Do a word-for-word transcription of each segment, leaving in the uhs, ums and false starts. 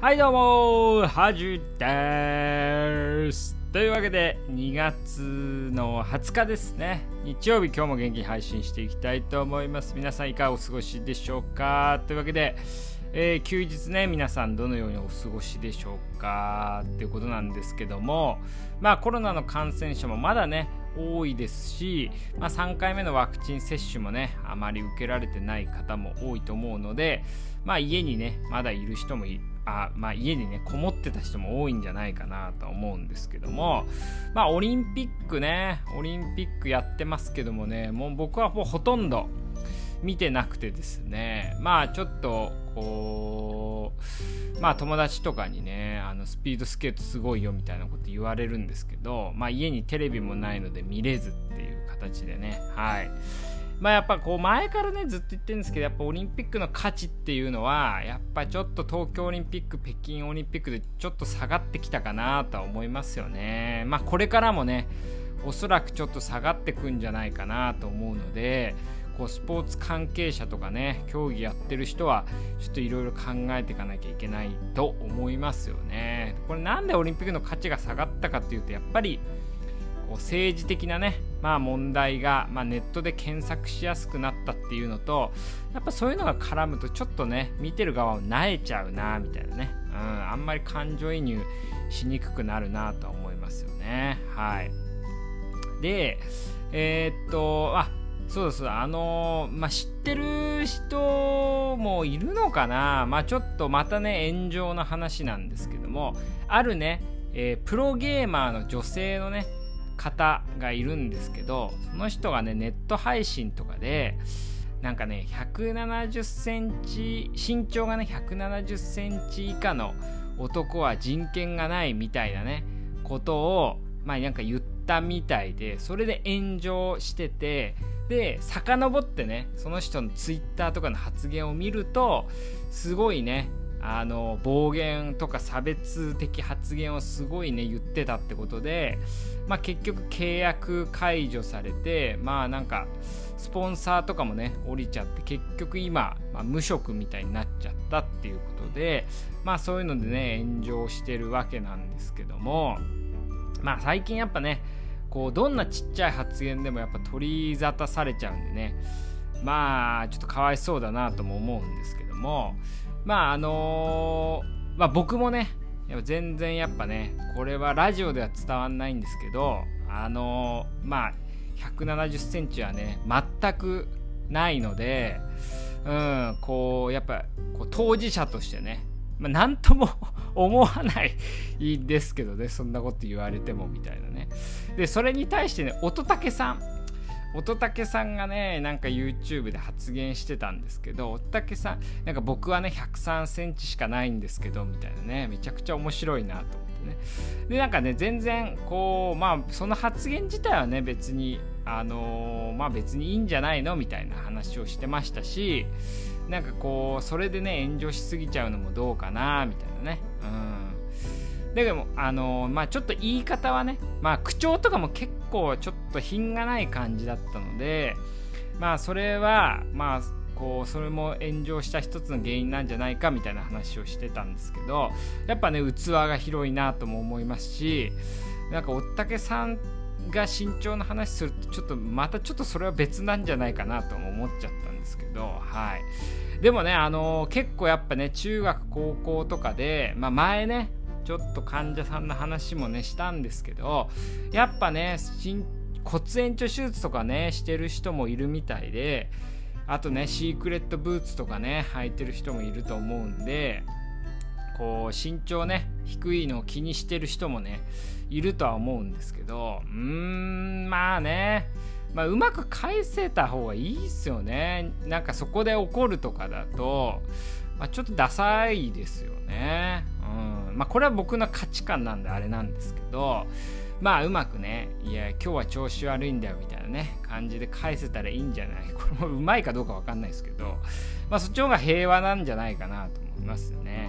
はいどうもはじゅです。というわけでにがつのはつかですね、日曜日、今日も元気に配信していきたいと思います。皆さんいかがお過ごしでしょうか。というわけで、えー、休日ね、皆さんどのようにお過ごしでしょうかっていうことなんですけども、まあコロナの感染者もまだね多いですし、まあ、さんかいめのワクチン接種もねあまり受けられてない方も多いと思うので、まあ家にねまだいる人もいあまあ家にねこもってた人も多いんじゃないかなと思うんですけども、まあオリンピックねオリンピックやってますけどもね、もう僕はもうほとんど見てなくてですね、まあちょっとこうまあ友達とかにねあのスピードスケートすごいよみたいなこと言われるんですけど、まあ家にテレビもないので見れずっていう形でね、はいまあやっぱこう前からねずっと言ってるんですけど、やっぱオリンピックの価値っていうのはやっぱちょっと東京オリンピック、北京オリンピックでちょっと下がってきたかなとは思いますよね。まあこれからもねおそらくちょっと下がってくんじゃないかなと思うので、こうスポーツ関係者とかね競技やってる人はちょっといろいろ考えていかなきゃいけないと思いますよね。これなんでオリンピックの価値が下がったかっていうと、やっぱりこう政治的なねまあ問題が、まあ、ネットで検索しやすくなったっていうのと、やっぱそういうのが絡むとちょっとね見てる側を萎えちゃうなみたいなね、うん、あんまり感情移入しにくくなるなとは思いますよね。はいでえー、っとあそうですあのー、まあ知ってる人もいるのかな。まあちょっとまたね炎上の話なんですけども、あるね、えー、プロゲーマーの女性のね方がいるんですけど、その人がねネット配信とかでなんかねひゃくななじゅっセンチ身長がねひゃくななじゅっセンチ以下の男は人権がないみたいなねことをまあなんか言ったみたいで、それで炎上してて、で遡ってねその人のツイッターとかの発言を見るとすごいねあの暴言とか差別的発言をすごいね言ってたってことで、まあ結局契約解除されて、まあなんかスポンサーとかもね降りちゃって、結局今、まあ、無職みたいになっちゃったっていうことで、まあそういうのでね炎上してるわけなんですけども、まあ最近やっぱねこうどんなちっちゃい発言でもやっぱ取り沙汰されちゃうんでね、まあちょっとかわいそうだなとも思うんですけども、まああのー、まあ僕もねやっぱ全然やっぱねこれはラジオでは伝わんないんですけど、あのー、まあひゃくななじゅっセンチはね全くないので、うんこうやっぱこう当事者としてね、まあ、なんとも思わないんですけどね、そんなこと言われてもみたいなね。でそれに対してね乙武さん乙武さんがねなんか YouTube で発言してたんですけど、乙武さんなんか僕はねひゃくさんセンチしかないんですけどみたいなね、めちゃくちゃ面白いなと思ってね。でなんかね全然こうまあその発言自体はね別にあのー、まあ別にいいんじゃないのみたいな話をしてましたし、なんかこうそれでね炎上しすぎちゃうのもどうかなみたいなね。うんだけどもあのー、まあちょっと言い方はね、まあ口調とかも結構ちょっと品がない感じだったので、まあそれはまあこうそれも炎上した一つの原因なんじゃないかみたいな話をしてたんですけど、やっぱね器が広いなとも思いますし、なんか乙武さんが身長の話するとちょっとまたちょっとそれは別なんじゃないかなとも思っちゃったんですけど、はいでもねあのー、結構やっぱね中学高校とかで、まあ、前ねちょっと患者さんの話もねしたんですけど、やっぱね骨延長手術とかねしてる人もいるみたいで、あとねシークレットブーツとかね履いてる人もいると思うんで、こう身長ね低いのを気にしてる人もねいるとは思うんですけど、うーんまあねまあ、うまく返せた方がいいっすよね。なんかそこで怒るとかだと、まあ、ちょっとダサいですよね。うんまあこれは僕の価値観なんであれなんですけど、まあうまくねいや今日は調子悪いんだよみたいなね感じで返せたらいいんじゃない。これもうまいかどうか分かんないですけど、まあそっちの方が平和なんじゃないかなと思いますよね。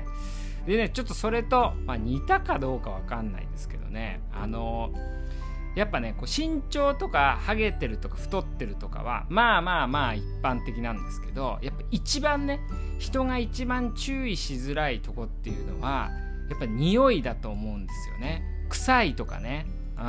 はいでねちょっとそれと、まあ、似たかどうか分かんないですけどね、あのやっぱねこう身長とかハゲてるとか太ってるとかはまあまあまあ一般的なんですけど、やっぱ一番ね人が一番注意しづらいとこっていうのはやっぱ匂いだと思うんですよね。臭いとかね、うん、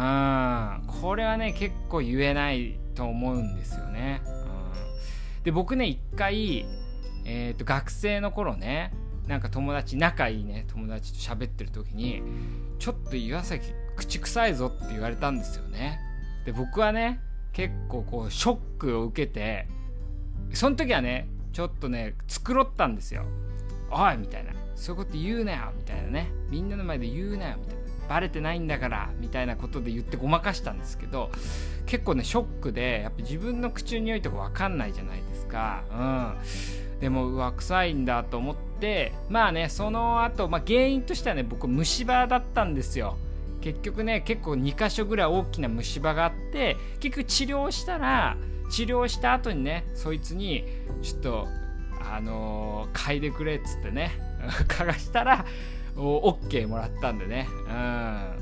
これはね結構言えないと思うんですよね。うん、で僕ね一回、えーと、学生の頃ねなんか友達仲いいね友達と喋ってる時にちょっと岩崎口臭いぞって言われたんですよね。で僕はね結構こうショックを受けて、その時はねちょっとね繕ったんですよ。おいみたいな、そういうこと言うなよみたいなね、みんなの前で言うなよみたいな、バレてないんだからみたいなことで言ってごまかしたんですけど、結構ねショックでやっぱ自分の口の匂いとか分かんないじゃないですか。うん、でもうわ臭いんだと思って、まあねその後、まあ、原因としてはね僕虫歯だったんですよ。結局ね結構にかしょぐらい大きな虫歯があって、結局治療したら治療した後にねそいつにちょっとあのー、嗅いでくれっつってね嗅がしたらオッケーもらったんでね、うん、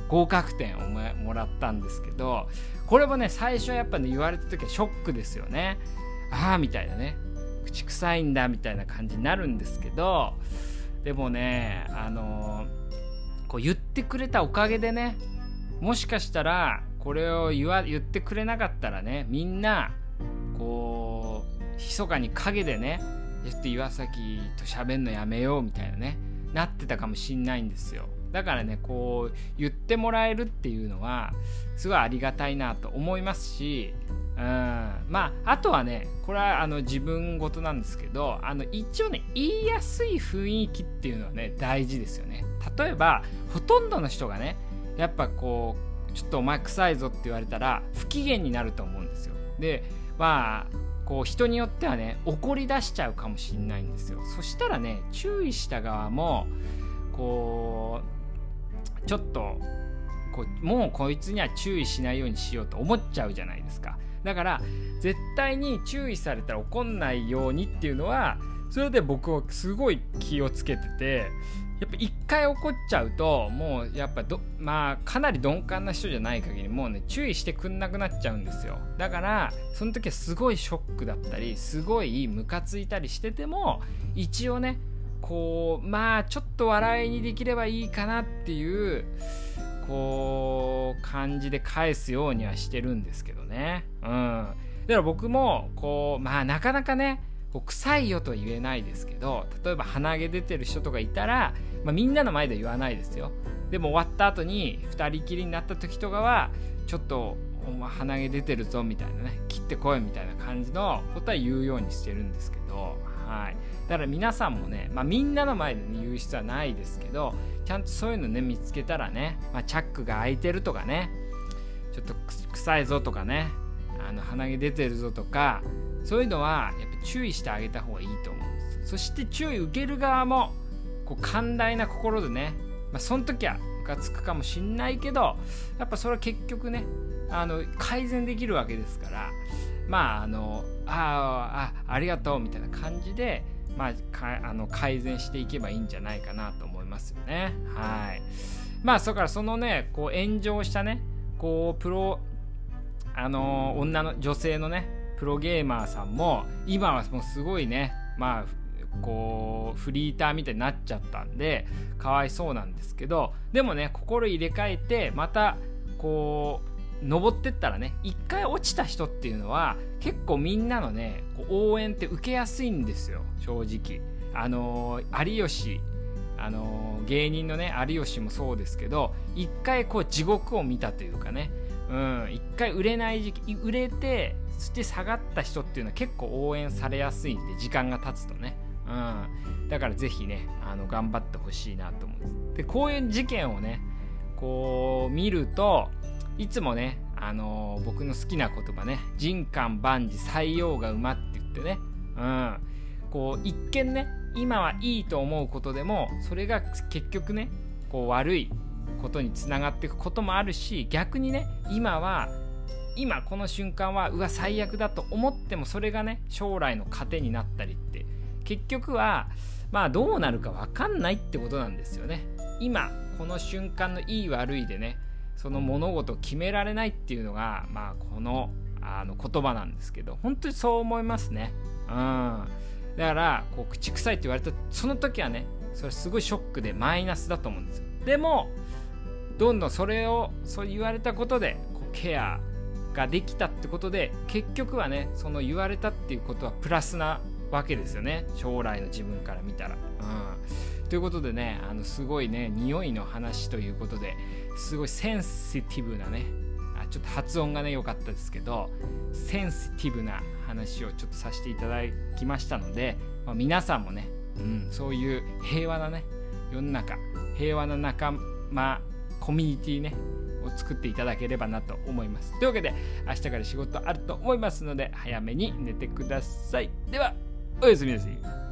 合格点をもらったんですけど、これもね最初はやっぱね言われた時はショックですよね。ああみたいなね、口臭いんだみたいな感じになるんですけど、でもねあのー、こう言ってくれたおかげでね、もしかしたらこれを言わ言ってくれなかったらねみんなこう密かに陰でねちょっと岩崎と喋んのやめようみたいなねなってたかもしんないんですよ。だからねこう言ってもらえるっていうのはすごいありがたいなと思いますし、うん、まああとはねこれはあの自分事なんですけど、あの一応ね言いやすい雰囲気っていうのはね大事ですよね。例えばほとんどの人がねやっぱこうちょっとお前臭いぞって言われたら不機嫌になると思うんですよ。でまあこう人によってはね怒り出しちゃうかもしれないんですよ。そしたらね注意した側もこうちょっとこうもうこいつには注意しないようにしようと思っちゃうじゃないですか。だから絶対に注意されたら怒んないようにっていうのはそれで僕はすごい気をつけてて、やっぱ一回怒っちゃうともうやっぱどまあかなり鈍感な人じゃない限りもうね注意してくんなくなっちゃうんですよ。だからその時はすごいショックだったりすごいムカついたりしてても一応ねこうまあちょっと笑いにできればいいかなっていうこう感じで返すようにはしてるんですけどね。うん。だから僕もこうまあなかなかねこう臭いよとは言えないですけど、例えば鼻毛出てる人とかいたら、まあ、みんなの前では言わないですよ。でも終わった後に二人きりになった時とかはちょっとお前鼻毛出てるぞみたいなね、切ってこいみたいな感じのことは言うようにしてるんですけど、はい。だから皆さんもね、まあ、みんなの前で、ね、言う必要はないですけど、ちゃんとそういうのね見つけたらね、まあ、チャックが開いてるとかね、ちょっと臭いぞとかね、あの鼻毛出てるぞとか、そういうのはやっぱ注意してあげた方がいいと思うんです。そして注意受ける側もこう寛大な心でね、まあ、その時はムカつくかもしんないけど、やっぱそれは結局ねあの改善できるわけですから、まああのああありがとうみたいな感じで、まあ、かあの改善していけばいいんじゃないかなと思いますよね。はい。まあそれからそのねこう炎上したねこうプロあの女の女性のねプロゲーマーさんも今はもうすごいねまあこうフリーターみたいになっちゃったんでかわいそうなんですけど、でもね心入れ替えてまたこう登ってったらね、一回落ちた人っていうのは結構みんなのねこう応援って受けやすいんですよ。正直あのー、有吉あのー、芸人のね有吉もそうですけど、一回こう地獄を見たというかね、うん一回売れない時期売れてそして下がった人っていうのは結構応援されやすいんで、時間が経つとね、うん、だからぜひねあの頑張ってほしいなと思うんです。でこういう事件をねこう見るといつもね、あのー、僕の好きな言葉ね、人間万事採用が馬って言ってね、うん、こう一見ね今はいいと思うことでもそれが結局ねこう悪いことにつながっていくこともあるし、逆にね今は今この瞬間はうわ最悪だと思ってもそれがね将来の糧になったりって結局はまあどうなるか分かんないってことなんですよね。今この瞬間のいい悪いでねその物事を決められないっていうのが、まあ、このあの言葉なんですけど、本当にそう思いますね。うん、だからこう口臭いって言われたその時はね、それすごいショックでマイナスだと思うんですよ。でもどんどんそれをそう言われたことでこうケアができたってことで、結局はね、その言われたっていうことはプラスなわけですよね、将来の自分から見たら。うん、ということでね、あのすごいね、匂いの話ということですごいセンシティブなね、あちょっと発音がね良かったですけど、センシティブな話をちょっとさせていただきましたので、まあ、皆さんもね、うん、そういう平和なね世の中、平和な仲間コミュニティねを作っていただければなと思います。というわけで明日から仕事あると思いますので、早めに寝てください。ではおやすみなさい。